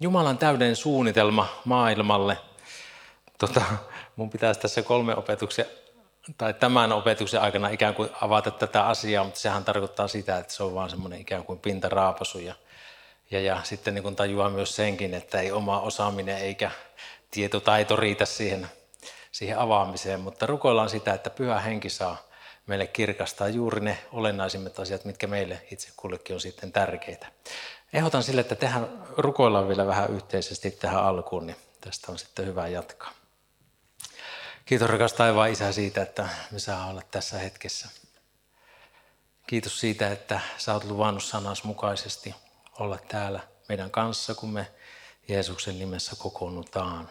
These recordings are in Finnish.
Jumalan täyden suunnitelma maailmalle. Mun pitäisi tässä tämän opetuksen aikana ikään kuin avata tätä asiaa, mutta sehän tarkoittaa sitä, että se on vaan semmoinen ikään kuin pintaraapasu. Ja sitten niin kun tajuaa myös senkin, että ei oma osaaminen eikä tietotaito riitä siihen avaamiseen, mutta rukoillaan sitä, että Pyhä Henki saa meille kirkastaa juuri ne olennaisimmat asiat, mitkä meille itse kullekin on sitten tärkeitä. Ehdotan sille, että rukoillaan vielä vähän yhteisesti tähän alkuun, niin tästä on sitten hyvä jatkaa. Kiitos rakas taivaan Isä siitä, että me saa olla tässä hetkessä. Kiitos siitä, että sä oot luvannut sanas mukaisesti olla täällä meidän kanssa, kun me Jeesuksen nimessä kokoonnutaan.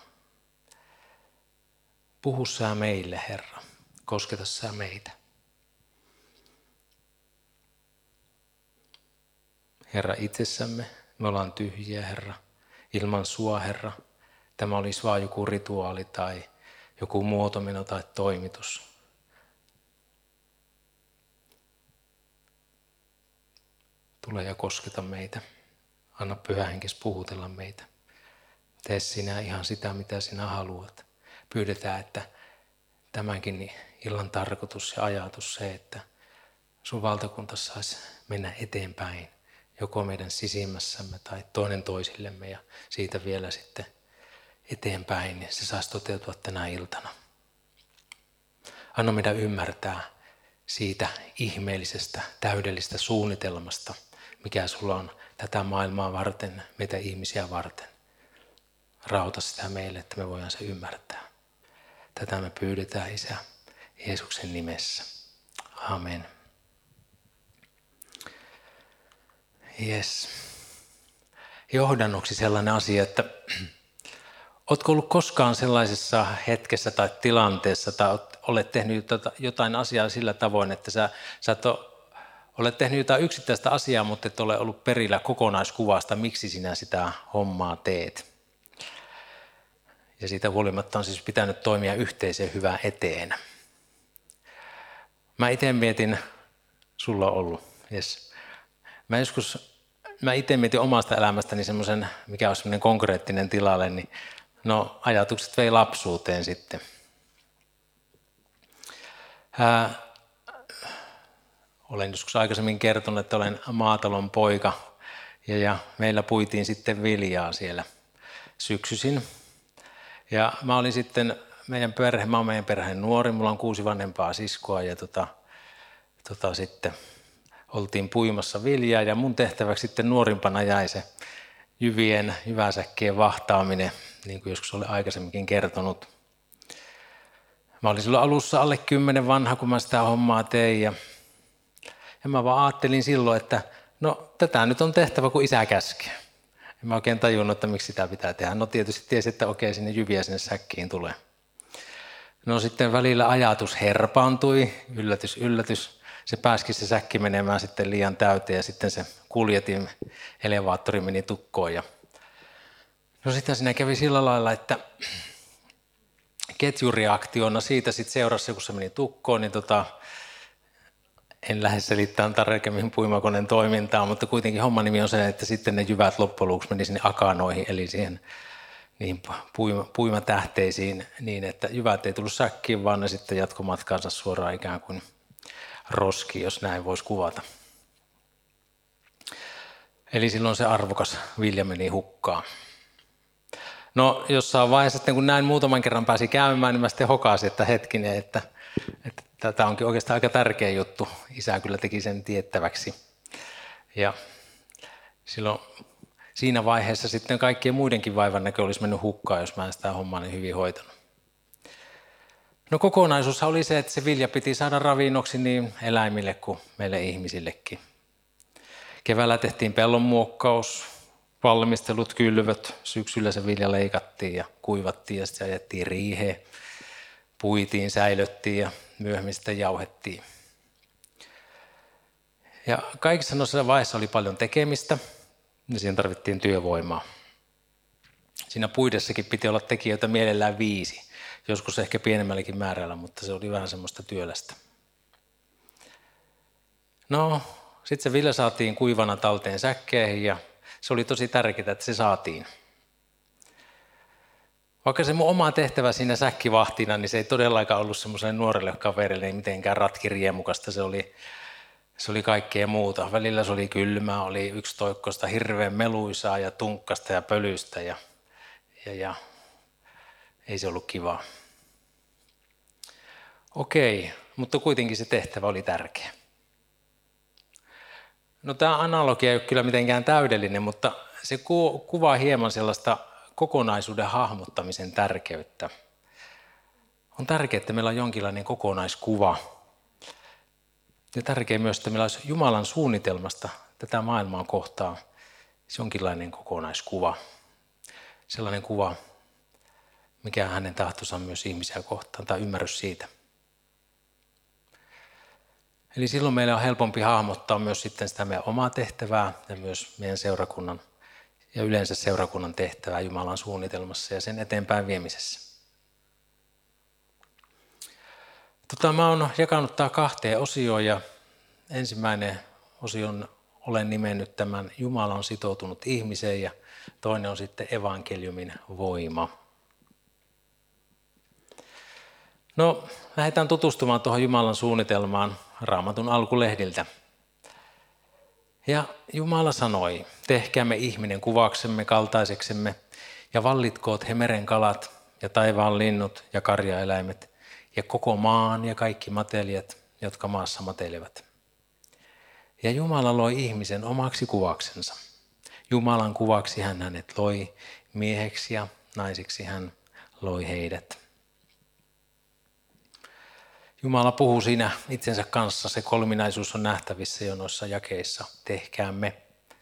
Puhu sä meille, Herra. Kosketa sä meitä. Herra, itsessämme me ollaan tyhjiä, Herra. Ilman sua, Herra. Tämä olisi vaan joku rituaali tai joku muotomeno tai toimitus. Tule ja kosketa meitä. Anna Pyhä Henkes puhutella meitä. Tee sinä ihan sitä, mitä sinä haluat. Pyydetään, että tämänkin illan tarkoitus ja ajatus se, että sun valtakunta saisi mennä eteenpäin. Joko meidän sisimmässämme tai toinen toisillemme ja siitä vielä sitten eteenpäin, niin se saisi toteutua tänä iltana. Anna meidän ymmärtää siitä ihmeellisestä, täydellisestä suunnitelmasta, mikä sulla on tätä maailmaa varten, meitä ihmisiä varten. Rauta sitä meille, että me voidaan se ymmärtää. Tätä me pyydetään, Isä, Jeesuksen nimessä. Amen. Yes. Johdannoksi sellainen asia, että oletko ollut koskaan sellaisessa hetkessä tai tilanteessa tai olet tehnyt jotain asiaa sillä tavoin, että sä olet tehnyt jotain yksittäistä asiaa, mutta et ole ollut perillä kokonaiskuvasta, miksi sinä sitä hommaa teet. Ja siitä huolimatta on siis pitänyt toimia yhteisen hyvän eteen. Mä itse mietin, sulla on ollut, yes. Mä itse mietin omasta elämästäni semmoisen, mikä on semmoinen konkreettinen tilalle, niin ajatukset vei lapsuuteen sitten. Olen joskus aikaisemmin kertonut, että olen maatalon poika ja meillä puitiin sitten viljaa siellä syksyisin. Ja mä olin sitten mä olen meidän perheen nuori, mulla on 6 vanhempaa siskoa ja sitten oltiin puimassa viljaa ja mun tehtäväksi sitten nuorimpana jäi se jyväsäkkien vahtaaminen, niin kuin joskus olen aikaisemminkin kertonut. Mä olin silloin alussa alle 10 vanha, kun mä sitä hommaa tein ja mä vaan ajattelin silloin, että tätä nyt on tehtävä, kun isä käskee. En mä oikein tajunnut, että miksi sitä pitää tehdä. Tietysti tiesi, että okei, sinne jyviä sinne säkkiin tulee. Sitten välillä ajatus herpaantui, yllätys. Se pääsikin se säkki menemään sitten liian täyteen ja sitten se kuljetin, elevaattori meni tukkoon. Ja sitten siinä kävi sillä lailla, että ketjureaktiona siitä sitten seurasi, kun se meni tukkoon, niin en lähde selittämään tarkemmin puimakoneen toimintaa, mutta kuitenkin homman nimi on se, että sitten ne jyvät loppujen lopuksi meni sinne akanoihin, eli niihin puimatähteisiin niin, että jyvät ei tullut säkkiin, vaan ne sitten jatkoi matkaansa suoraan ikään kuin roskiin, jos näin voisi kuvata. Eli silloin se arvokas vilja meni hukkaan. Jossain vaiheessa sitten kun näin muutaman kerran pääsi käymään, niin mä sitten hokasin, että hetkinen, että tämä onkin oikeastaan aika tärkeä juttu. Isä kyllä teki sen tiettäväksi. Ja silloin siinä vaiheessa sitten kaikkien muidenkin vaivan näkö olisi mennyt hukkaan, jos mä en sitä hommaa niin hyvin hoitanut. Kokonaisuus oli se, että se vilja piti saada ravinnoksi niin eläimille kuin meille ihmisillekin. Keväällä tehtiin pellon muokkaus, valmistelut, kylvöt. Syksyllä se vilja leikattiin ja kuivattiin ja sitten ajettiin riiheen. Puitiin, säilöttiin ja myöhemmin sitten jauhettiin. Ja kaikissa noissa vaiheissa oli paljon tekemistä ja siihen tarvittiin työvoimaa. Siinä puidessakin piti olla tekijöitä mielellään 5, joskus ehkä pienemmälläkin määrällä, mutta se oli vähän semmoista työlästä. Sitten se vilja saatiin kuivana talteen säkkeihin ja se oli tosi tärkeää, että se saatiin. Vaikka se mun oma tehtävä siinä säkkivahtina, niin se ei todellakaan ollut semmoiselle nuorelle kaverille niin mitenkään ratkiriemukasta. Se oli kaikkea muuta. Välillä se oli kylmää, oli yksitoikkoista, hirveän meluisaa ja tunkkasta ja pölystä ja ei se ollut kivaa. Okei, mutta kuitenkin se tehtävä oli tärkeä. No tämä analogia ei ole kyllä mitenkään täydellinen, mutta se kuvaa hieman sellaista kokonaisuuden hahmottamisen tärkeyttä. On tärkeää, että meillä on jonkinlainen kokonaiskuva. Ja tärkeää myös, että meillä olisi Jumalan suunnitelmasta tätä maailmaa kohtaan jonkinlainen kokonaiskuva. Sellainen kuva, mikä hänen tahtonsa myös ihmisiä kohtaan, tai ymmärrys siitä. Eli silloin meillä on helpompi hahmottaa myös sitten sitä meidän omaa tehtävää ja myös meidän seurakunnan ja yleensä seurakunnan tehtävää Jumalan suunnitelmassa ja sen eteenpäin viemisessä. Mä oon jakanut tämä 2 osioon ja ensimmäinen osion olen nimennyt tämän Jumala on sitoutunut ihmiseen ja toinen on sitten evankeliumin voima. No, lähdetään tutustumaan tuohon Jumalan suunnitelmaan Raamatun alkulehdiltä. Ja Jumala sanoi, tehkäämme ihminen kuvaksemme kaltaiseksemme ja vallitkoot he meren kalat ja taivaan linnut ja karjaeläimet ja koko maan ja kaikki matelijat, jotka maassa matelevat. Ja Jumala loi ihmisen omaksi kuvaksensa. Jumalan kuvaksi hän hänet loi, mieheksi ja naisiksi hän loi heidät. Jumala puhuu siinä itsensä kanssa, se kolminaisuus on nähtävissä jo noissa jakeissa, tehkäämme.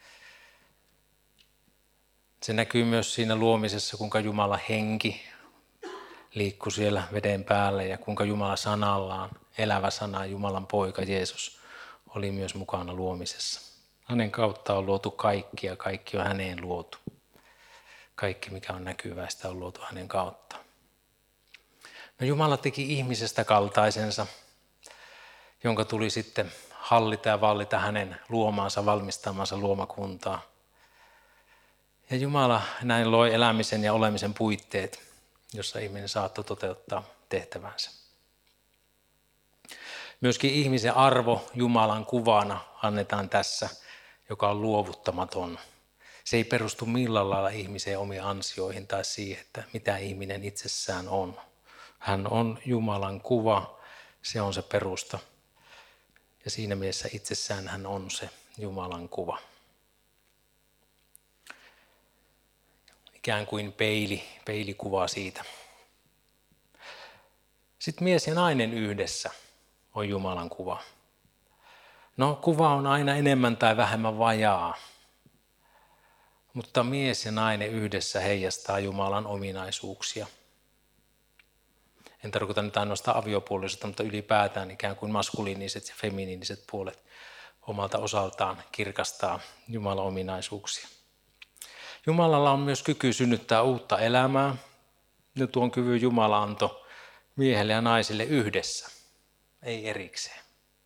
Se näkyy myös siinä luomisessa, kuinka Jumala henki liikkui siellä veden päällä ja kuinka Jumala sanallaan, elävä sana, Jumalan poika Jeesus, oli myös mukana luomisessa. Hänen kautta on luotu kaikki ja kaikki on häneen luotu. Kaikki mikä on näkyvää, sitä on luotu hänen kauttaan. No Jumala teki ihmisestä kaltaisensa, jonka tuli sitten hallita ja vallita hänen luomaansa, valmistamansa luomakuntaa. Ja Jumala näin loi elämisen ja olemisen puitteet, jossa ihminen saattoi toteuttaa tehtävänsä. Myöskin ihmisen arvo Jumalan kuvana annetaan tässä, joka on luovuttamaton. Se ei perustu millään lailla ihmisen omiin ansioihin tai siihen, että mitä ihminen itsessään on. Hän on Jumalan kuva, se on se perusta. Ja siinä mielessä itsessään hän on se Jumalan kuva. Ikään kuin peilikuva siitä. Sitten mies ja nainen yhdessä on Jumalan kuva. No, kuva on aina enemmän tai vähemmän vajaa. Mutta mies ja nainen yhdessä heijastaa Jumalan ominaisuuksia. En tarkoita nyt ainoastaan aviopuolisuutta, mutta ylipäätään ikään kuin maskuliiniset ja feminiiniset puolet omalta osaltaan kirkastaa Jumalan ominaisuuksia. Jumalalla on myös kyky synnyttää uutta elämää, ja tuon kyvyn Jumala antoi miehelle ja naisille yhdessä, ei erikseen.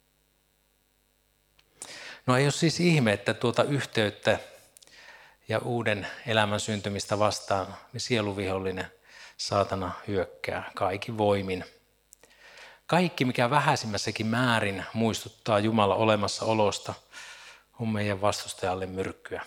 No ei ole siis ihme, että tuota yhteyttä ja uuden elämän syntymistä vastaan sieluvihollinen saatana hyökkää kaikin voimin. Kaikki, mikä vähäisimmässäkin määrin muistuttaa Jumalan olemassaolosta, on meidän vastustajalle myrkkyä.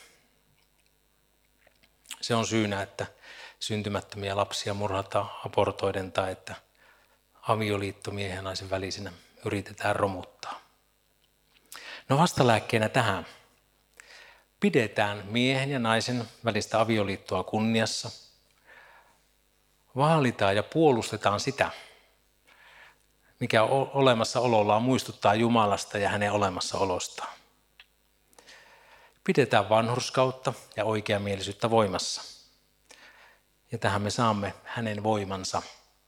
Se on syynä, että syntymättömiä lapsia murhataan abortoiden tai että avioliitto miehen ja naisen välisenä yritetään romuttaa. No vastalääkkeenä tähän pidetään miehen ja naisen välistä avioliittoa kunniassa. Vaalitaan ja puolustetaan sitä, mikä olemassaolollaan muistuttaa Jumalasta ja hänen olemassaolostaan. Pidetään vanhurskautta ja oikeamielisyyttä voimassa. Ja tähän me saamme hänen voimansa.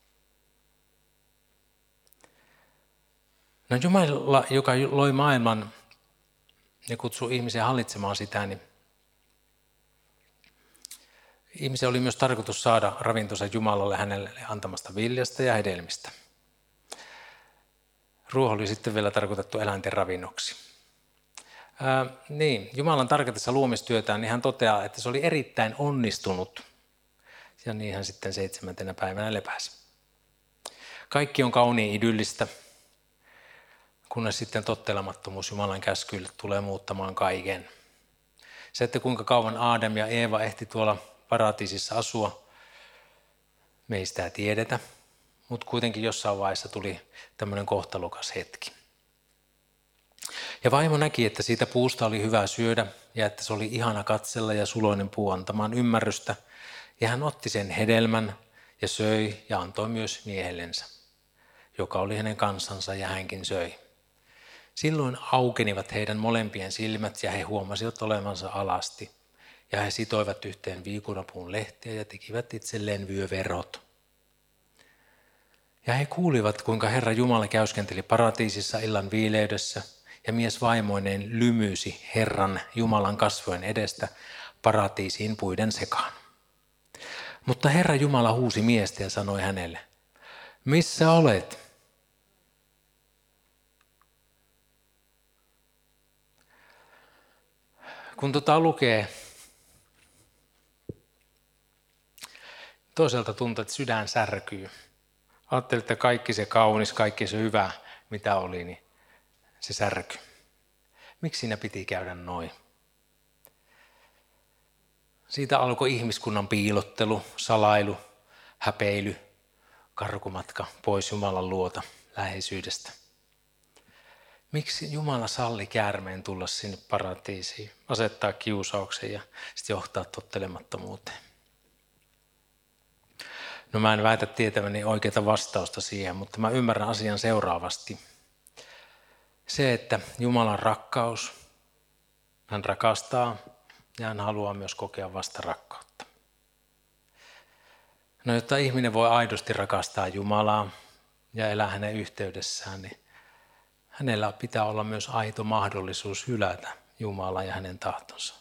No Jumala, joka loi maailman ja kutsui ihmisen hallitsemaan sitä, niin ihmisen oli myös tarkoitus saada ravintonsa Jumalalle hänelle antamasta viljasta ja hedelmistä. Ruoho oli sitten vielä tarkoitettu eläinten ravinnoksi. Jumalan tarkoitessa luomistyötään, niin hän toteaa, että se oli erittäin onnistunut. Ja niin hän sitten 7. päivänä lepäsi. Kaikki on kauniin idyllistä, kunnes sitten tottelemattomuus Jumalan käskyille tulee muuttamaan kaiken. Se, että kuinka kauan Aadam ja Eeva ehti tuolla paratiisissa asua, me ei sitä tiedetä, mutta kuitenkin jossain vaiheessa tuli tämmöinen kohtalokas hetki. Ja vaimo näki, että siitä puusta oli hyvä syödä ja että se oli ihana katsella ja suloinen puu antamaan ymmärrystä. Ja hän otti sen hedelmän ja söi ja antoi myös miehellensä, joka oli hänen kansansa ja hänkin söi. Silloin aukenivat heidän molempien silmät ja he huomasivat olevansa alasti. Ja he sitoivat yhteen viikunapuun lehtiä ja tekivät itselleen vyöverot. Ja he kuulivat, kuinka Herra Jumala käyskenteli paratiisissa illan viileydessä ja mies vaimoineen lymysi Herran Jumalan kasvojen edestä paratiisiin puiden sekaan. Mutta Herra Jumala huusi miestä ja sanoi hänelle, missä olet? Kun lukee, toiselta tuntuu, että sydän särkyy. Ajattelin, että kaikki se kaunis, kaikki se hyvä, mitä oli, niin se särky. Miksi siinä piti käydä noin? Siitä alkoi ihmiskunnan piilottelu, salailu, häpeily, karkumatka pois Jumalan luota, läheisyydestä. Miksi Jumala salli käärmeen tulla sinne paratiisiin, asettaa kiusauksen ja sitten johtaa tottelemattomuuteen? No mä en väitä tietäväni oikeaa vastausta siihen, mutta mä ymmärrän asian seuraavasti. Se, että Jumalan rakkaus, hän rakastaa ja hän haluaa myös kokea vastarakkautta. No jotta ihminen voi aidosti rakastaa Jumalaa ja elää hänen yhteydessään, niin hänellä pitää olla myös aito mahdollisuus hylätä Jumala ja hänen tahtonsa.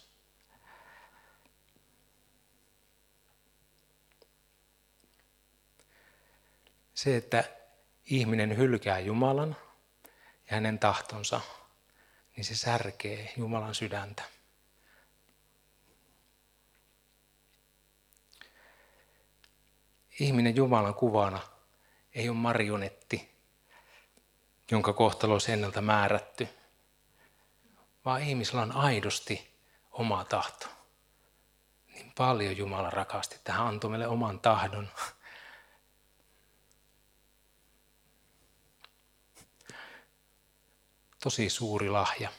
Se, että ihminen hylkää Jumalan ja hänen tahtonsa, niin se särkee Jumalan sydäntä. Ihminen Jumalan kuvana ei ole marionetti, jonka kohtalo olisi ennalta määrätty, vaan ihmisellä on aidosti oma tahto. Niin paljon Jumala rakasti, että hän antoi meille oman tahdon. Tosi suuri lahja.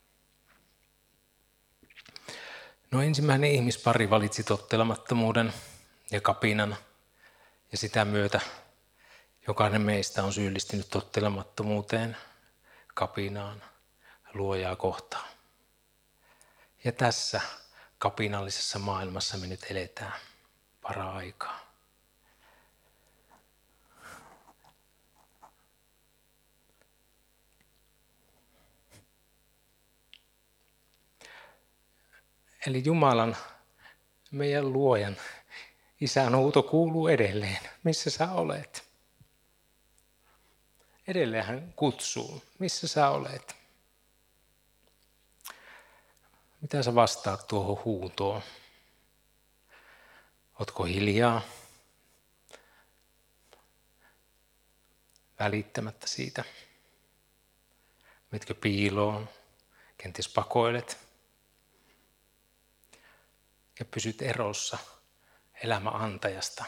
No ensimmäinen ihmispari valitsi tottelemattomuuden ja kapinan ja sitä myötä jokainen meistä on syyllistynyt tottelemattomuuteen, kapinaan, luojaa kohtaan. Ja tässä kapinallisessa maailmassa me nyt eletään para-aikaa. Eli Jumalan, meidän luojan, Isän huuto kuuluu edelleen. Missä sä olet? Edelleen hän kutsuu. Missä sä olet? Mitä sä vastaat tuohon huutoon? Ootko hiljaa? Välittämättä siitä? Metkö piiloon? Kenties pakoilet? Ja pysyt erossa elämän antajasta.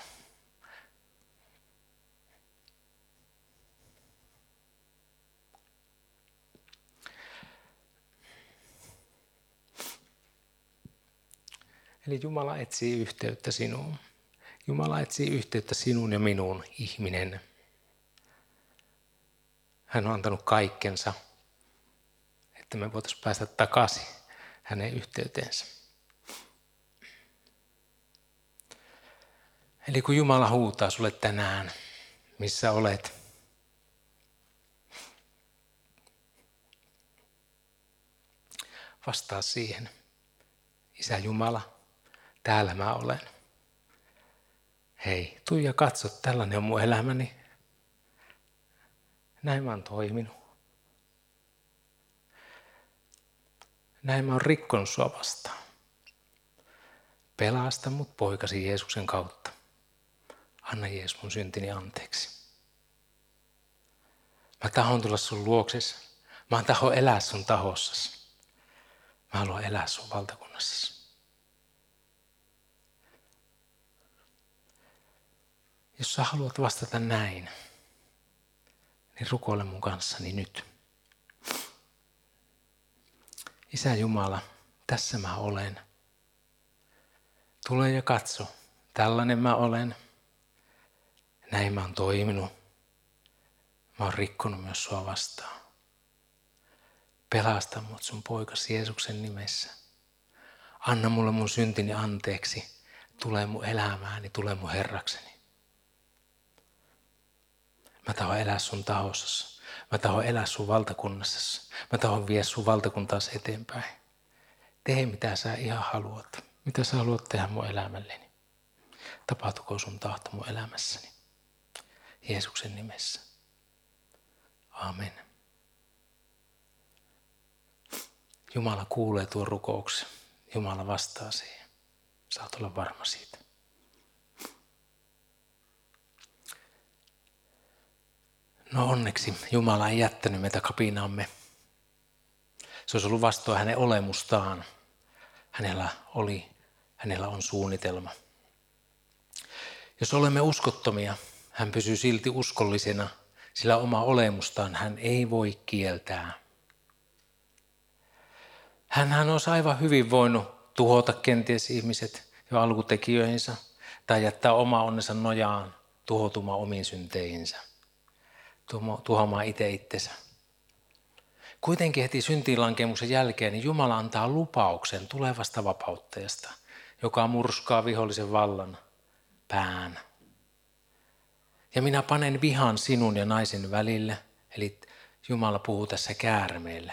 Eli Jumala etsii yhteyttä sinuun. Jumala etsii yhteyttä sinun ja minuun, ihminen. Hän on antanut kaikkensa, että me voitaisiin päästä takaisin hänen yhteyteensä. Eli kun Jumala huutaa sulle tänään, missä olet, vastaa siihen. Isä Jumala, täällä mä olen. Hei, tuu ja katso, tällainen on mun elämäni. Näin mä oon toiminut. Näin mä oon rikkonut sua vastaan. Pelasta mut poikasi Jeesuksen kautta. anna Jeesus mun syntini anteeksi. Mä tahdon tulla sun luoksesi. Mä tahdon elää sun tahossasi. Mä haluan elää sun valtakunnassasi. Jos sä haluat vastata näin, niin rukoile mun kanssani nyt. Isä Jumala, tässä mä olen. Tule ja katso, tällainen mä olen. Näin mä oon toiminut. Mä oon rikkonut myös sua vastaan. Pelasta mut sun poikasi Jeesuksen nimessä. Anna mulle mun syntini anteeksi. Tule mun elämääni, tule mun Herrakseni. Mä tahdon elää sun tahossasi. Mä tahdon elää sun valtakunnassasi. Mä tahdon vie sun valtakuntaasi eteenpäin. Tee mitä sä ihan haluat. Mitä sä haluat tehdä mun elämälleni. Tapahtuko sun tahto mun elämässäni. Jeesuksen nimessä. Amen. Jumala kuulee tuon rukouksen. Jumala vastaa siihen. Saat olla varma siitä. No onneksi Jumala ei jättänyt meitä kapinaamme. Se olisi ollut vastoin hänen olemustaan. Hänellä on suunnitelma. Jos olemme uskottomia, hän pysyy silti uskollisena, sillä oma olemustaan hän ei voi kieltää. Hänhän olisi aivan hyvin voinut tuhota kenties ihmiset jo alkutekijöihinsä tai jättää oma onnensa nojaan tuhoutumaan omiin synteihinsä, tuhoamaan itse itsensä. Kuitenkin heti syntiinlankemuksen jälkeen niin Jumala antaa lupauksen tulevasta vapauttajasta, joka murskaa vihollisen vallan pään. Ja minä panen vihan sinun ja naisen välille, eli Jumala puhuu tässä käärmeelle.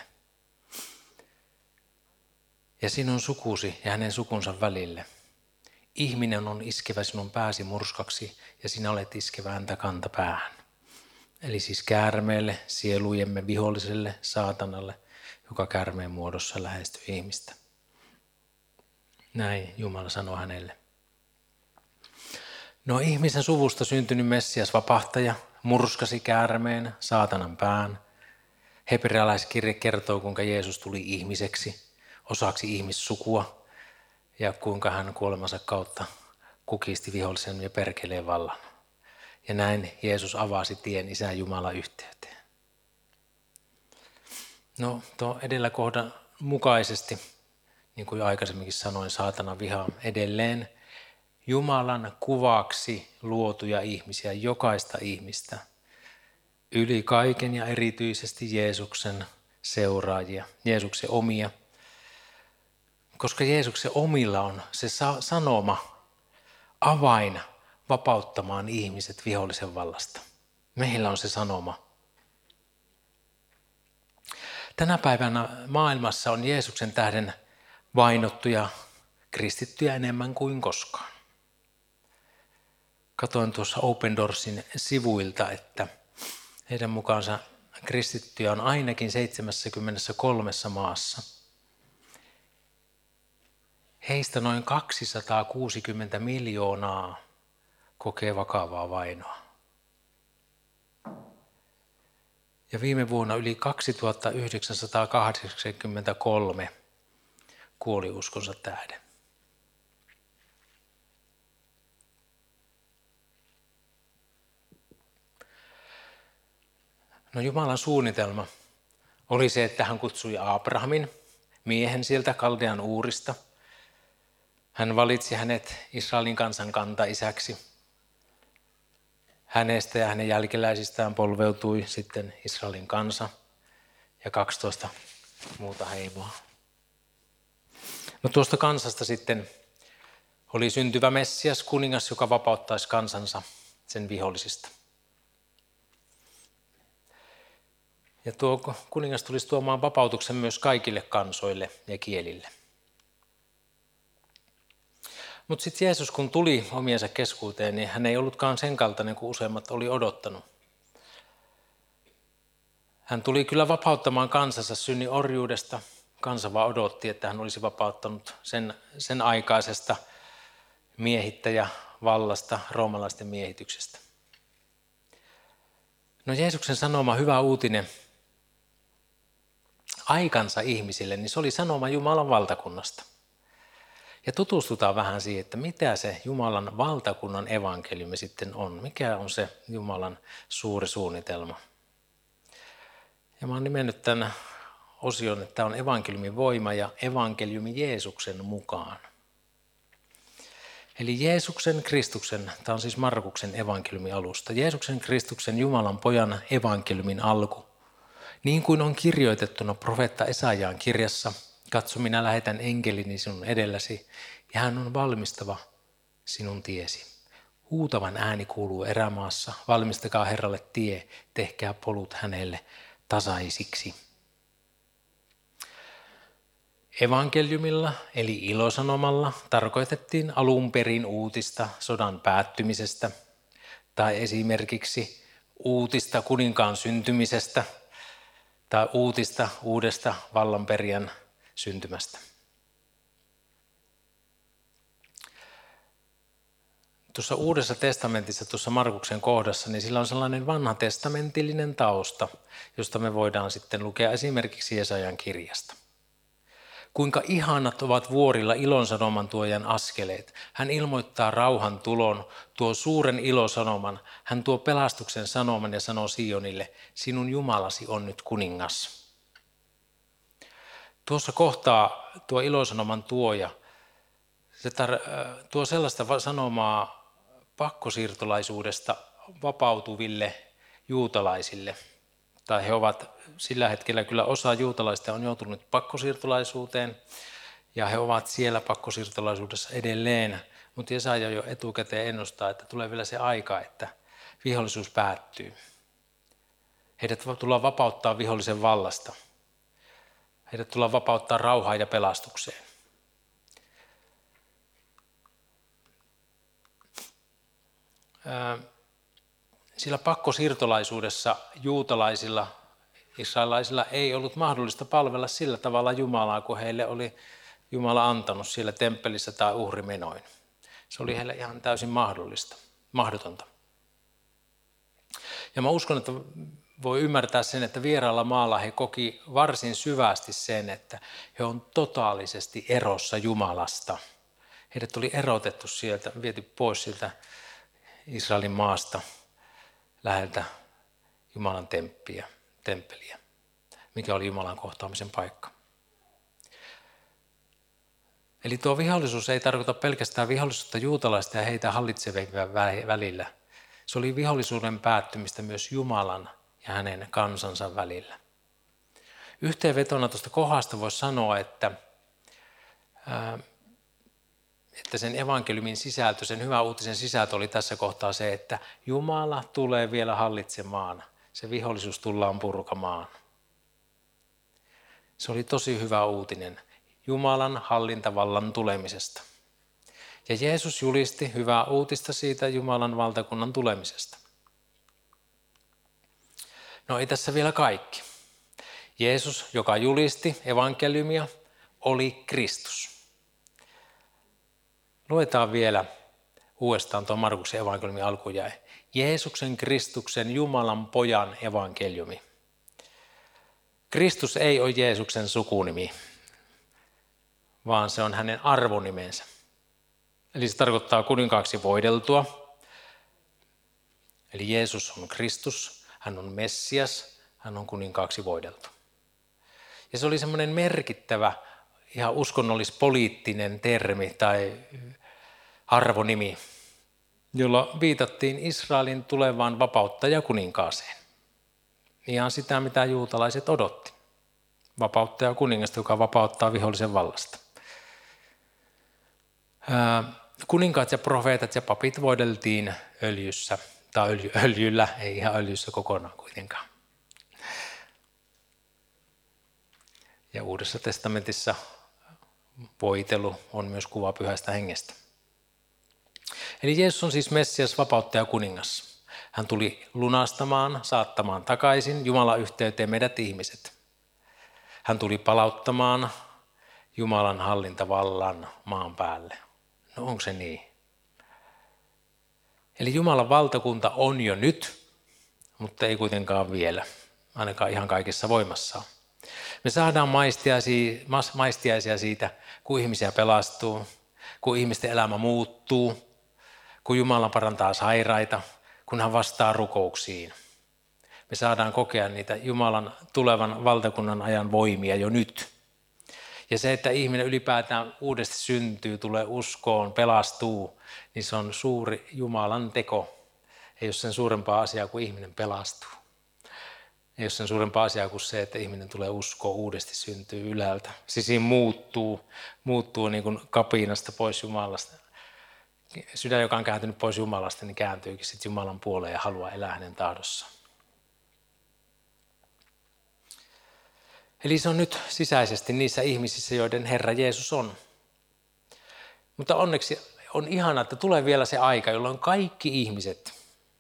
Ja sinun sukusi ja hänen sukunsa välille. Ihminen on iskevä sinun pääsi murskaksi ja sinä olet iskevä häntä kantapäähän. Eli siis käärmeelle, sielujemme viholliselle, saatanalle, joka käärmeen muodossa lähestyy ihmistä. Näin Jumala sanoi hänelle. No ihmisen suvusta syntynyt Messias vapahtaja murskasi käärmeen, saatanan pään. Hebrealaiskirje kertoo, kuinka Jeesus tuli ihmiseksi, osaksi ihmissukua ja kuinka hän kuolemansa kautta kukisti vihollisen ja perkeleen vallan. Ja näin Jeesus avasi tien Isän Jumalan yhteyteen. No tuo edellä kohdan mukaisesti, niin kuin aikaisemminkin sanoin, saatanan viha edelleen Jumalan kuvaksi luotuja ihmisiä, jokaista ihmistä, yli kaiken ja erityisesti Jeesuksen seuraajia, Jeesuksen omia. Koska Jeesuksen omilla on se sanoma, avain vapauttamaan ihmiset vihollisen vallasta. Meillä on se sanoma. Tänä päivänä maailmassa on Jeesuksen tähden vainottuja kristittyjä enemmän kuin koskaan. Katoin tuossa Open Doorsin sivuilta, että heidän mukaansa kristittyjä on ainakin 73 maassa. Heistä noin 260 miljoonaa kokee vakavaa vainoa. Ja viime vuonna yli 2983 kuoli uskonsa tähden. No Jumalan suunnitelma oli se, että hän kutsui Abrahamin, miehen sieltä Kaldean Uurista. Hän valitsi hänet Israelin kansan kantaisäksi. Hänestä ja hänen jälkeläisistään polveutui sitten Israelin kansa ja 12 muuta heimoa. No tuosta kansasta sitten oli syntyvä Messias, kuningas, joka vapauttaisi kansansa sen vihollisista. Ja tuo kuningas tulisi tuomaan vapautuksen myös kaikille kansoille ja kielille. Mutta sitten Jeesus, kun tuli omiensa keskuuteen, niin hän ei ollutkaan sen kaltainen kuin useimmat oli odottanut. Hän tuli kyllä vapauttamaan kansansa synnin orjuudesta. Kansa vaan odotti, että hän olisi vapauttanut sen aikaisesta miehittäjä vallasta, roomalaisten miehityksestä. No Jeesuksen sanoma hyvä uutinen aikansa ihmisille, niin se oli sanoma Jumalan valtakunnasta. Ja tutustutaan vähän siihen, että mitä se Jumalan valtakunnan evankeliumi sitten on. Mikä on se Jumalan suuri suunnitelma. Ja mä oon nimennyt tämän osion, että tämä on evankeliumin voima ja evankeliumi Jeesuksen mukaan. Eli Jeesuksen Kristuksen, tämä on siis Markuksen evankeliumin alusta, Jeesuksen Kristuksen Jumalan pojan evankeliumin alku. Niin kuin on kirjoitettuna profeetta Esaiaan kirjassa, katso minä lähetän enkelini sinun edelläsi ja hän on valmistava sinun tiesi. Huutavan ääni kuuluu erämaassa, valmistakaa Herralle tie, tehkää polut hänelle tasaisiksi. Evankeliumilla eli ilosanomalla tarkoitettiin alun perin uutista sodan päättymisestä tai esimerkiksi uutista kuninkaan syntymisestä tai uutista uudesta vallanperijän syntymästä. Tuossa Uudessa testamentissa, tuossa Markuksen kohdassa, niin sillä on sellainen vanha testamentillinen tausta, josta me voidaan sitten lukea esimerkiksi Jesajan kirjasta. Kuinka ihanat ovat vuorilla ilonsanoman tuojan askeleet. Hän ilmoittaa rauhan tulon, tuo suuren ilosanoman. Hän tuo pelastuksen sanoman ja sanoo Sionille, sinun Jumalasi on nyt kuningas. Tuossa kohtaa tuo ilosanoman tuoja, se tuo sellaista sanomaa pakkosiirtolaisuudesta vapautuville juutalaisille. Tai he ovat sillä hetkellä kyllä osa juutalaista on joutunut pakkosiirtolaisuuteen ja he ovat siellä pakkosiirtolaisuudessa edelleen. Mutta Jesaja jo etukäteen ennustaa, että tulee vielä se aika, että vihollisuus päättyy. Heidät tullaan vapauttaa vihollisen vallasta. Heidät tullaan vapauttaa rauhaan ja pelastukseen. Sillä pakkosiirtolaisuudessa juutalaisilla, israelaisilla ei ollut mahdollista palvella sillä tavalla Jumalaa, kun heille oli Jumala antanut siellä temppelissä tai uhrimenoin. Se oli heille ihan täysin mahdotonta. Ja mä uskon, että voi ymmärtää sen, että vieraalla maalla he koki varsin syvästi sen, että he on totaalisesti erossa Jumalasta. Heidät oli erotettu sieltä, viety pois sieltä Israelin maasta läheltä Jumalan temppeliä, mikä oli Jumalan kohtaamisen paikka. Eli tuo vihollisuus ei tarkoita pelkästään vihollisuutta juutalaista ja heitä hallitsevien välillä. Se oli vihollisuuden päättymistä myös Jumalan ja hänen kansansa välillä. Yhteenvetona tuosta kohdasta voisi sanoa, että sen evankeliumin sisältö, sen hyvän uutisen sisältö oli tässä kohtaa se, että Jumala tulee vielä hallitsemaan. Se vihollisuus tullaan purkamaan. Se oli tosi hyvä uutinen Jumalan hallintavallan tulemisesta. Ja Jeesus julisti hyvää uutista siitä Jumalan valtakunnan tulemisesta. No ei tässä vielä kaikki. Jeesus, joka julisti evankeliumia, oli Kristus. Luetaan vielä uudestaan tuo Markuksen evankeliumin alkujae. Jeesuksen Kristuksen Jumalan pojan evankeliumi. Kristus ei ole Jeesuksen sukunimi, vaan se on hänen arvonimensä. Eli se tarkoittaa kuninkaaksi voideltua. Eli Jeesus on Kristus, hän on Messias, hän on kuninkaaksi voideltu. Ja se oli semmoinen merkittävä, ihan uskonnollis-poliittinen termi tai arvonimi, jolla viitattiin Israelin tulevaan vapauttajakuninkaaseen. Ihan sitä, mitä juutalaiset odotti. Vapauttajakuningasta, joka vapauttaa vihollisen vallasta. Kuninkaat ja profeetat ja papit voideltiin öljyssä, tai öljyllä, ei ihan öljyssä kokonaan kuitenkaan. Ja Uudessa testamentissa voitelu on myös kuva Pyhästä Hengestä. Eli Jeesus on siis Messias, vapauttaja kuningas. Hän tuli lunastamaan, saattamaan takaisin Jumalan yhteyteen meidät ihmiset. Hän tuli palauttamaan Jumalan hallintavallan maan päälle. No onko se niin? Eli Jumalan valtakunta on jo nyt, mutta ei kuitenkaan vielä, ainakaan ihan kaikessa voimassaan. Me saadaan maistiaisia siitä, kun ihmisiä pelastuu, kun ihmisten elämä muuttuu, kun Jumala parantaa sairaita, kun hän vastaa rukouksiin. Me saadaan kokea niitä Jumalan tulevan valtakunnan ajan voimia jo nyt. Ja se, että ihminen ylipäätään uudesti syntyy, tulee uskoon, pelastuu, niin se on suuri Jumalan teko. Ei ole sen suurempaa asiaa kuin ihminen pelastuu. Ei ole sen suurempaa asiaa kuin se, että ihminen tulee uskoon, uudesti syntyy ylältä. Sisiin muuttuu niin kuin kapinasta pois Jumalasta. Sydän, joka on kääntynyt pois Jumalasta, niin kääntyykin sitten Jumalan puoleen ja haluaa elää hänen tahdossaan. Eli se on nyt sisäisesti niissä ihmisissä, joiden Herra Jeesus on. Mutta onneksi on ihanaa, että tulee vielä se aika, jolloin kaikki ihmiset,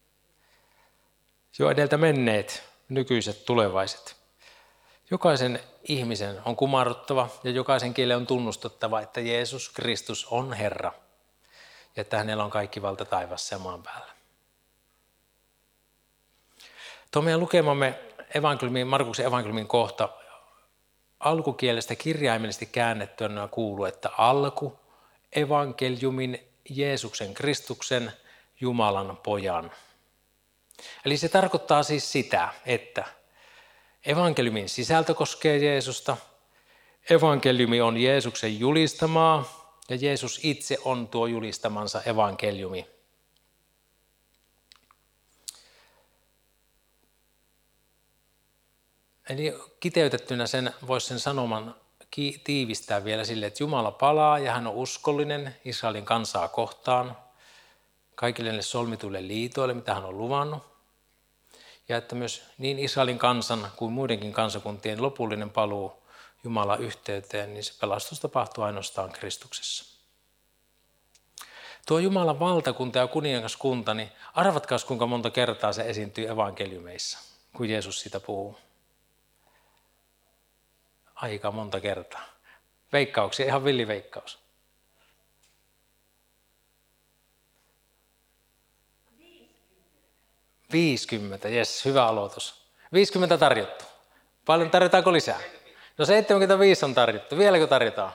jo edeltä menneet, nykyiset, tulevaiset, jokaisen ihmisen on kumarruttava ja jokaisen kielen on tunnustettava, että Jeesus Kristus on Herra ja että hänellä on kaikki valta taivassa ja maan päällä. Tuo meidän lukemamme Markuksen evankeliumin kohta alkukielestä kirjaimellisesti käännettynä kuuluu, että alku evankeliumin Jeesuksen Kristuksen Jumalan pojan. Eli se tarkoittaa siis sitä, että evankeliumin sisältö koskee Jeesusta, evankeliumi on Jeesuksen julistamaa ja Jeesus itse on tuo julistamansa evankeliumi. Eli kiteytettynä voisi sen sanoman tiivistää vielä sille, että Jumala palaa ja hän on uskollinen Israelin kansaa kohtaan, kaikille ne solmituille liitoille, mitä hän on luvannut. Ja että myös niin Israelin kansan kuin muidenkin kansakuntien lopullinen paluu Jumalan yhteyteen, niin se pelastus tapahtuu ainoastaan Kristuksessa. Tuo Jumalan valtakunta ja kuningaskunta, niin arvatkaas kuinka monta kertaa se esiintyy evankeliumeissa, kun Jeesus siitä puhuu. Aika monta kertaa. Veikkauksia, ihan villiveikkaus. 50, jes, hyvä aloitus. 50 tarjottu. Paljon tarjotaanko lisää? No 75 on tarjottu. Vieläkö tarjotaan?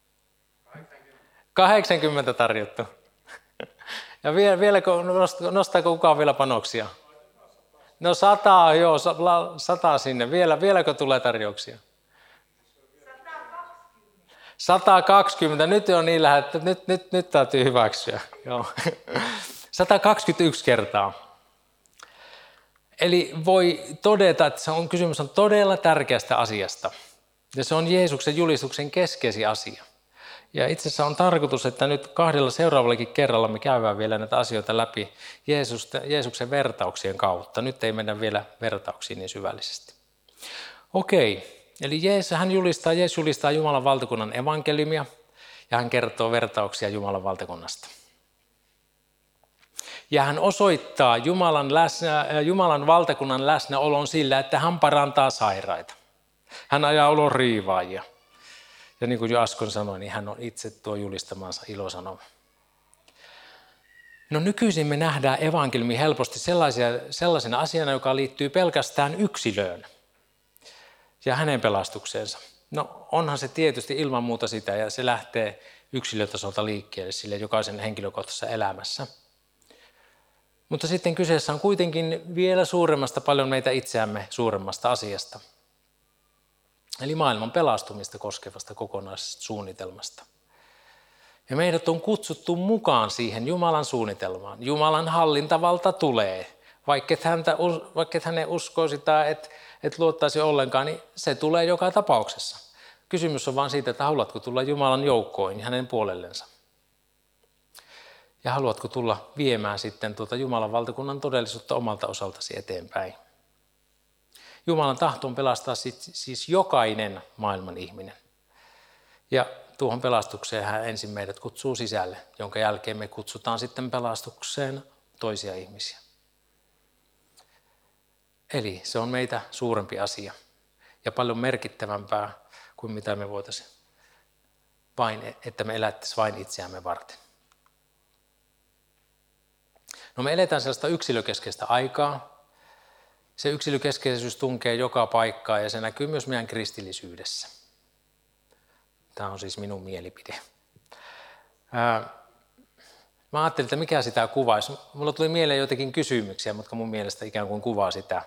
80 tarjottu. Ja vieläkö, nostaako kukaan vielä panoksia? No 100, joo, 100 sinne. Vieläkö tulee tarjouksia? 120. Nyt on niin lähellä, että nyt täytyy hyväksyä. Joo. 121 kertaa. Eli voi todeta, että kysymys on todella tärkeästä asiasta. Ja se on Jeesuksen julistuksen keskeisin asia. Ja itse asiassa on tarkoitus, että nyt 2 seuraavallakin kerralla me käydään vielä näitä asioita läpi Jeesuksen vertauksien kautta. Nyt ei mennä vielä vertauksiin niin syvällisesti. Okei, eli Jeesus julistaa Jumalan valtakunnan evankeliumia ja hän kertoo vertauksia Jumalan valtakunnasta. Ja hän osoittaa Jumalan valtakunnan läsnäolon sillä, että hän parantaa sairaita. Hän ajaa ulos riivaajia. Ja niin kuin jo äsken sanoin, niin hän on itse tuo julistamansa ilosanoma. No nykyisin me nähdään evankeliumi helposti sellaisena asiana, joka liittyy pelkästään yksilöön ja hänen pelastukseensa. No onhan se tietysti ilman muuta sitä ja se lähtee yksilötasolta liikkeelle sille jokaisen henkilökohtaisessa elämässä. Mutta sitten kyseessä on kuitenkin vielä suuremmasta, paljon meitä itseämme suuremmasta asiasta. Eli maailman pelastumista koskevasta kokonaisesta suunnitelmasta. Ja meidät on kutsuttu mukaan siihen Jumalan suunnitelmaan. Jumalan hallintavalta tulee. Vaikka et hän ei uskoisi tai et luottaisi ollenkaan, niin se tulee joka tapauksessa. Kysymys on vain siitä, että haluatko tulla Jumalan joukkoihin hänen puolellensa. Ja haluatko tulla viemään sitten tuota Jumalan valtakunnan todellisuutta omalta osaltasi eteenpäin. Jumalan tahto on pelastaa siis jokainen maailman ihminen. Ja tuohon pelastukseen hän ensin meidät kutsuu sisälle, jonka jälkeen me kutsutaan sitten pelastukseen toisia ihmisiä. Eli se on meitä suurempi asia ja paljon merkittävämpää kuin mitä me voitaisiin että me elättäisiin vain itseämme varten. No me eletään sellaista yksilökeskeistä aikaa. Se yksilökeskeisyys tunkee joka paikkaan ja se näkyy myös meidän kristillisyydessä. Tämä on siis minun mielipide. Mä ajattelin, että mikä sitä kuvaisi. Mulla tuli mieleen jotenkin kysymyksiä, jotka mun mielestä ikään kuin kuvaa sitä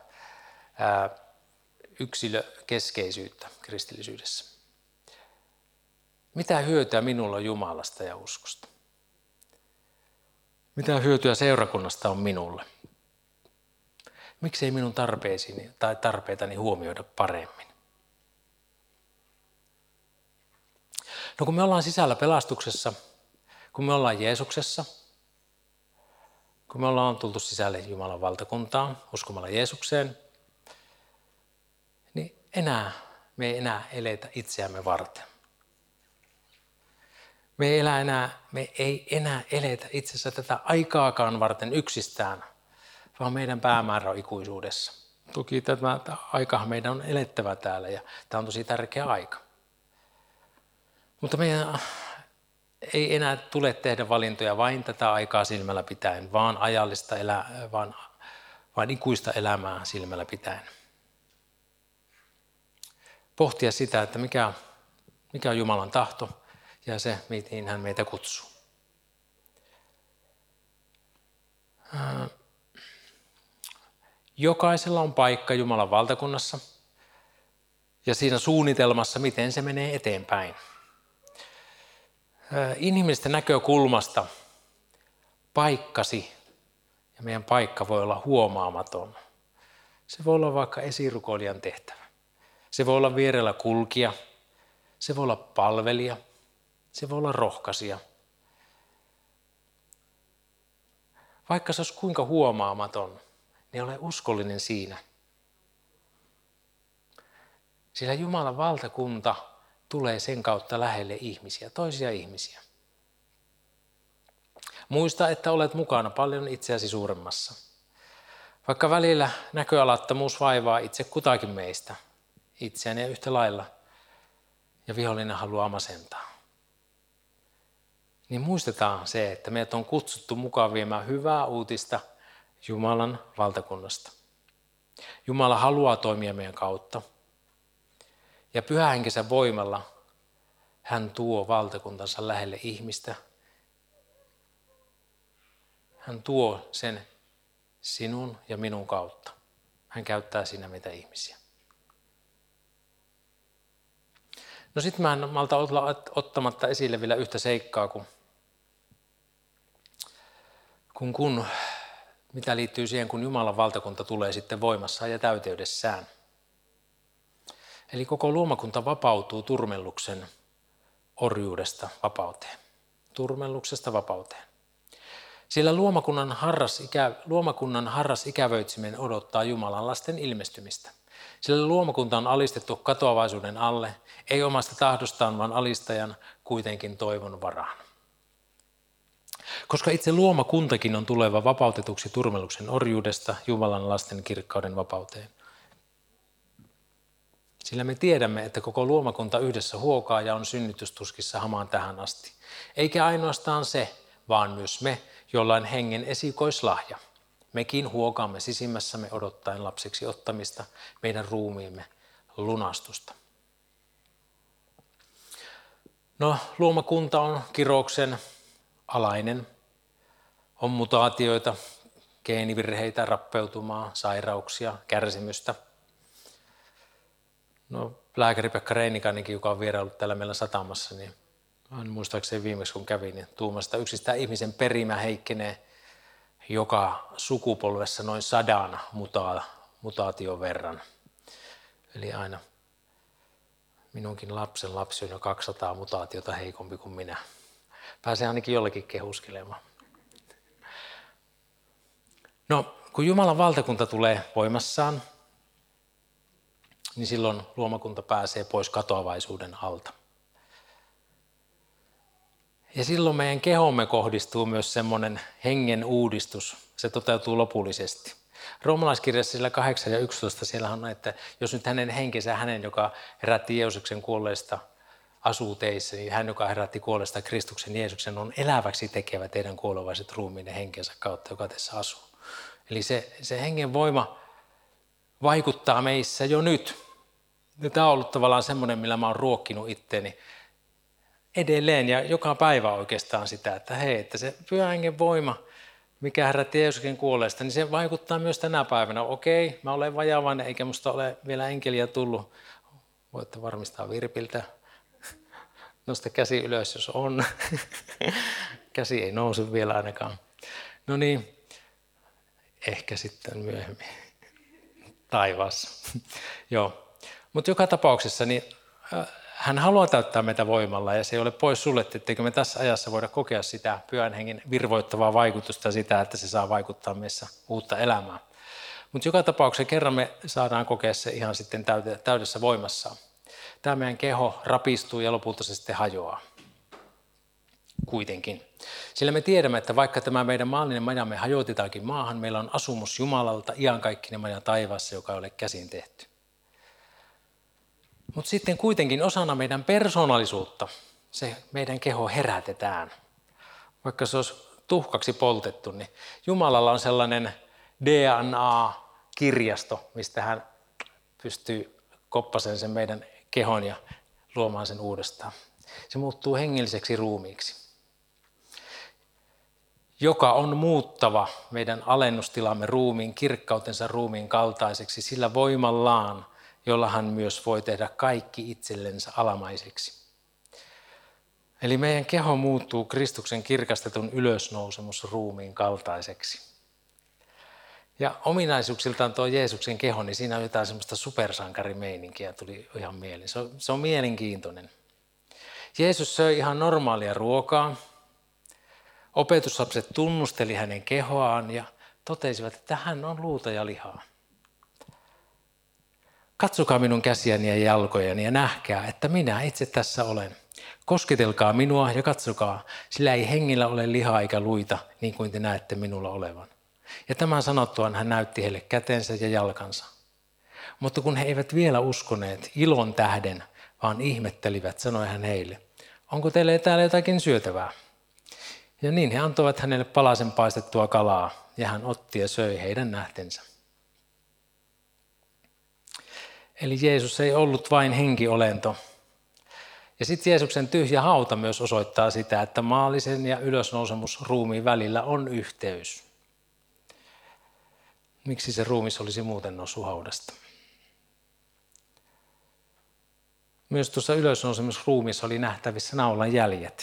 yksilökeskeisyyttä kristillisyydessä. Mitä hyötyä minulla on Jumalasta ja uskosta? Mitä hyötyä seurakunnasta on minulle? Miksei minun tarpeisiini tai tarpeitani huomioida paremmin? No kun me ollaan sisällä pelastuksessa, kun me ollaan Jeesuksessa, kun me ollaan tultu sisälle Jumalan valtakuntaan uskomalla Jeesukseen, niin me ei enää eletä itseämme varten. Me ei enää eletä itse asiassa tätä aikaakaan varten yksistään, vaan meidän päämäärä on ikuisuudessa. Toki tämä aikahan meidän on elettävä täällä ja tämä on tosi tärkeä aika. Mutta meidän ei enää tule tehdä valintoja vain tätä aikaa silmällä pitäen, vaan vaan ikuista elämää silmällä pitäen. Pohtia sitä, että mikä on Jumalan tahto ja se, mihin hän meitä kutsuu. Jokaisella on paikka Jumalan valtakunnassa ja siinä suunnitelmassa, miten se menee eteenpäin. Inhimillisestä näkökulmasta paikkasi ja meidän paikka voi olla huomaamaton. Se voi olla vaikka esirukoilijan tehtävä. Se voi olla vierellä kulkija. Se voi olla palvelija. Se voi olla rohkaisija. Vaikka se olisi kuinka huomaamaton, niin ole uskollinen siinä. Sillä Jumalan valtakunta tulee sen kautta lähelle ihmisiä, toisia ihmisiä. Muista, että olet mukana paljon itseäsi suuremmassa. Vaikka välillä näköalattomuus vaivaa itse kutakin meistä, itseäni yhtä lailla, ja vihollinen haluaa masentaa. Niin muistetaan se, että meidät on kutsuttu mukaan viemään hyvää uutista Jumalan valtakunnasta. Jumala haluaa toimia meidän kautta. Ja pyhähenkensä voimalla hän tuo valtakuntansa lähelle ihmistä. Hän tuo sen sinun ja minun kautta. Hän käyttää siinä meitä ihmisiä. No sitten mä en malta olla ottamatta esille vielä yhtä seikkaa, mitä liittyy siihen, kun Jumalan valtakunta tulee sitten voimassaan ja täyteydessään. Eli koko luomakunta vapautuu turmelluksen orjuudesta vapauteen. Turmelluksesta vapauteen. Sillä luomakunnan harras ikävöitsiminen odottaa Jumalan lasten ilmestymistä. Sillä luomakunta on alistettu katoavaisuuden alle, ei omasta tahdostaan, vaan alistajan kuitenkin toivon varaan. Koska itse luomakuntakin on tuleva vapautetuksi turmelluksen orjuudesta Jumalan lasten kirkkauden vapauteen. Sillä me tiedämme, että koko luomakunta yhdessä huokaa ja on synnytystuskissa hamaan tähän asti. Eikä ainoastaan se, vaan myös me, joilla on hengen esikoislahja. Mekin huokaamme sisimmässämme odottaen lapseksi ottamista, meidän ruumiimme lunastusta. No, luomakunta on kirouksen alainen. On mutaatioita, geenivirheitä, rappeutumaa, sairauksia, kärsimystä. No, lääkäri Pekka Reinikainenkin, joka on vieraillut täällä meillä satamassa, niin muistaakseni viimeksi kun kävin, niin tuumasta yksistään ihmisen perimä heikkenee joka sukupolvessa noin 100 mutaation verran. Eli aina minunkin lapsi on jo 200 mutaatiota heikompi kuin minä. Pääsee ainakin jollekin kehuskelemaan. No, kun Jumalan valtakunta tulee voimassaan, niin silloin luomakunta pääsee pois katoavaisuuden alta. Ja silloin meidän kehomme kohdistuu myös semmoinen hengen uudistus. Se toteutuu lopullisesti. Roomalaiskirjassa sillä 8 ja 11 siellä on, että jos nyt hänen henkensä, hänen joka herätti Jeesuksen kuolleista, asuu teissä, niin hän, joka herätti kuolesta Kristuksen Jeesuksen, on eläväksi tekevä teidän kuolevaiset ruumiinne henkensä kautta, joka teissä asuu. Eli se hengen voima vaikuttaa meissä jo nyt. Ja tämä on ollut tavallaan semmoinen, millä mä oon ruokkinut itteeni edelleen ja joka päivä oikeastaan sitä, että hei, että se Pyhän Hengen voima, mikä herätti Jeesuksen kuolleesta, niin se vaikuttaa myös tänä päivänä. Okei, mä olen vajavainen, eikä musta ole vielä enkeliä tullut. Voitte varmistaa Virpiltä. Nosta käsi ylös, jos on. Käsi ei nouse vielä ainakaan. No niin, ehkä sitten myöhemmin. Taivaassa. Joo. Mutta joka tapauksessa niin hän haluaa täyttää meitä voimalla ja se ei ole pois suljettu, etteikö me tässä ajassa voida kokea sitä Pyhän Hengen virvoittavaa vaikutusta sitä, että se saa vaikuttaa meissä uutta elämää. Mutta joka tapauksessa kerran me saadaan kokea se ihan sitten täydessä voimassaan. Tämä meidän keho rapistuu ja lopulta se sitten hajoaa. Kuitenkin. Sillä me tiedämme, että vaikka tämä meidän maallinen majamme hajotetaankin maahan, meillä on asumus Jumalalta iankaikkinen maja taivaassa, joka ei ole käsin tehty. Mutta sitten kuitenkin osana meidän persoonallisuutta se meidän keho herätetään. Vaikka se olisi tuhkaksi poltettu, niin Jumalalla on sellainen DNA-kirjasto, mistä hän pystyy koppasen sen meidän kehon ja luomaan sen uudestaan. Se muuttuu hengelliseksi ruumiiksi, joka on muuttava meidän alennustilamme ruumiin, kirkkautensa ruumiin kaltaiseksi sillä voimallaan, jolla hän myös voi tehdä kaikki itsellensä alamaiseksi. Eli meidän keho muuttuu Kristuksen kirkastetun ylösnousemusruumiin kaltaiseksi. Ja ominaisuuksiltaan tuo Jeesuksen keho, niin siinä on jotain semmoista supersankarimeininkiä, tuli ihan mieleen. Se on mielenkiintoinen. Jeesus söi ihan normaalia ruokaa. Opetuslapset tunnusteli hänen kehoaan ja totesivat, että hän on luuta ja lihaa. Katsokaa minun käsiäni ja jalkojani ja nähkää, että minä itse tässä olen. Kosketelkaa minua ja katsokaa, sillä ei hengillä ole lihaa eikä luita, niin kuin te näette minulla olevan. Ja tämän sanottuaan hän näytti heille kätensä ja jalkansa. Mutta kun he eivät vielä uskoneet ilon tähden, vaan ihmettelivät, sanoi hän heille, onko teille täällä jotakin syötävää? Ja niin he antoivat hänelle palasen paistettua kalaa, ja hän otti ja söi heidän nähtensä. Eli Jeesus ei ollut vain henkiolento. Ja sitten Jeesuksen tyhjä hauta myös osoittaa sitä, että maallisen ja ylösnousemusruumiin välillä on yhteys. Miksi se ruumis olisi muuten noussut haudasta? Myös tuossa ylösnousemusruumissa oli nähtävissä naulan jäljet.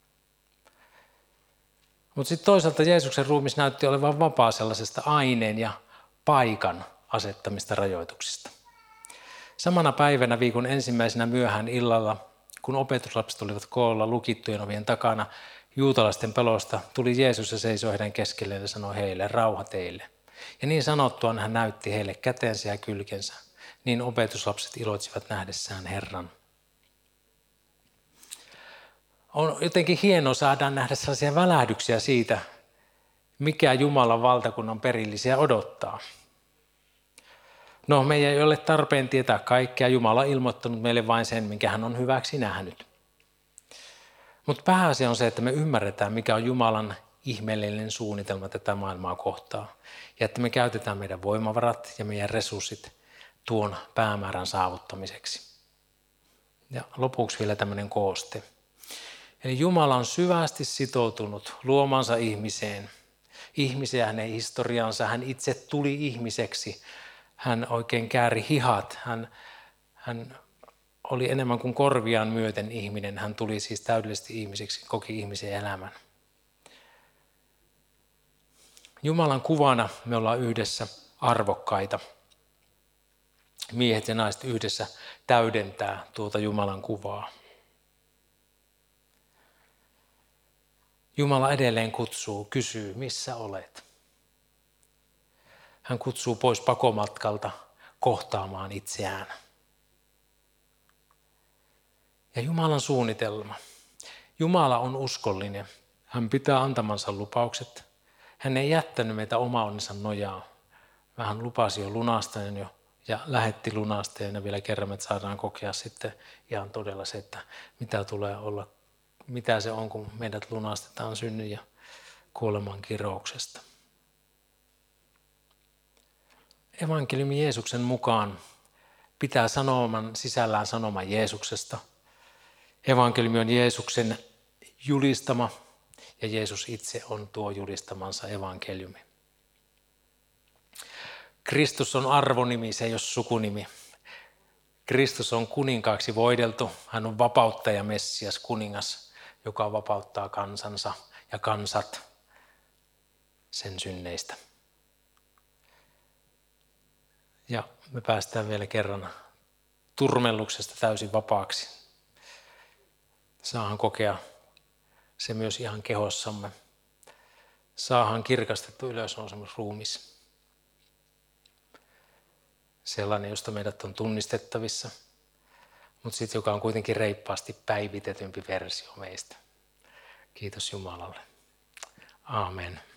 Mutta sitten toisaalta Jeesuksen ruumis näytti olevan vapaa sellaisesta aineen ja paikan asettamista rajoituksista. Samana päivänä viikon ensimmäisenä myöhään illalla, kun opetuslapset olivat koolla lukittujen ovien takana juutalaisten pelosta, tuli Jeesus ja seisoi heidän keskelleen ja sanoi heille, rauha teille. Ja niin sanottuaan hän näytti heille kätensä ja kylkensä, niin opetuslapset iloitsivat nähdessään Herran. On jotenkin hienoa saada nähdä sellaisia välähdyksiä siitä, mikä Jumalan valtakunnan perillisiä odottaa. No, meidän ei ole tarpeen tietää kaikkea. Jumala on ilmoittanut meille vain sen, minkä hän on hyväksi nähnyt. Mutta pääasia on se, että me ymmärretään, mikä on Jumalan ihmeellinen suunnitelma tätä maailmaa kohtaan. Ja että me käytetään meidän voimavarat ja meidän resurssit tuon päämäärän saavuttamiseksi. Ja lopuksi vielä tämmöinen kooste. Eli Jumala on syvästi sitoutunut luomansa ihmiseen. Ihmiseen hänen historiansa, hän itse tuli ihmiseksi. Hän oikein kääri hihat. Hän oli enemmän kuin korviaan myöten ihminen. Hän tuli siis täydellisesti ihmiseksi, koki ihmisen elämän. Jumalan kuvana me ollaan yhdessä arvokkaita. Miehet ja naiset yhdessä täydentää tuota Jumalan kuvaa. Jumala edelleen kysyy, missä olet? Hän kutsuu pois pakomatkalta kohtaamaan itseään. Ja Jumalan suunnitelma. Jumala on uskollinen. Hän pitää antamansa lupaukset. Hän ei jättänyt meitä oma onnensa nojaa. Hän lupasi jo lunastajan jo ja lähetti lunastajana vielä kerran, että saadaan kokea sitten ihan todella se, että mitä tulee olla, mitä se on, kun meidät lunastetaan synnyn ja kuoleman kirouksesta. Evankeliumi Jeesuksen mukaan pitää sanoman sisällään sanoman Jeesuksesta. Evankeliumi on Jeesuksen julistama ja Jeesus itse on tuo julistamansa evankeliumi. Kristus on arvonimi, se ei ole sukunimi. Kristus on kuninkaaksi voideltu. Hän on vapauttaja, Messias, kuningas, joka vapauttaa kansansa ja kansat sen synneistä. Ja me päästään vielä kerran turmelluksesta täysin vapaaksi. Saadaan kokea se myös ihan kehossamme. Saadaan kirkastettu ylösnousemus ruumis. Sellainen, josta meidät on tunnistettavissa, mutta sitten joka on kuitenkin reippaasti päivitetympi versio meistä. Kiitos Jumalalle. Aamen.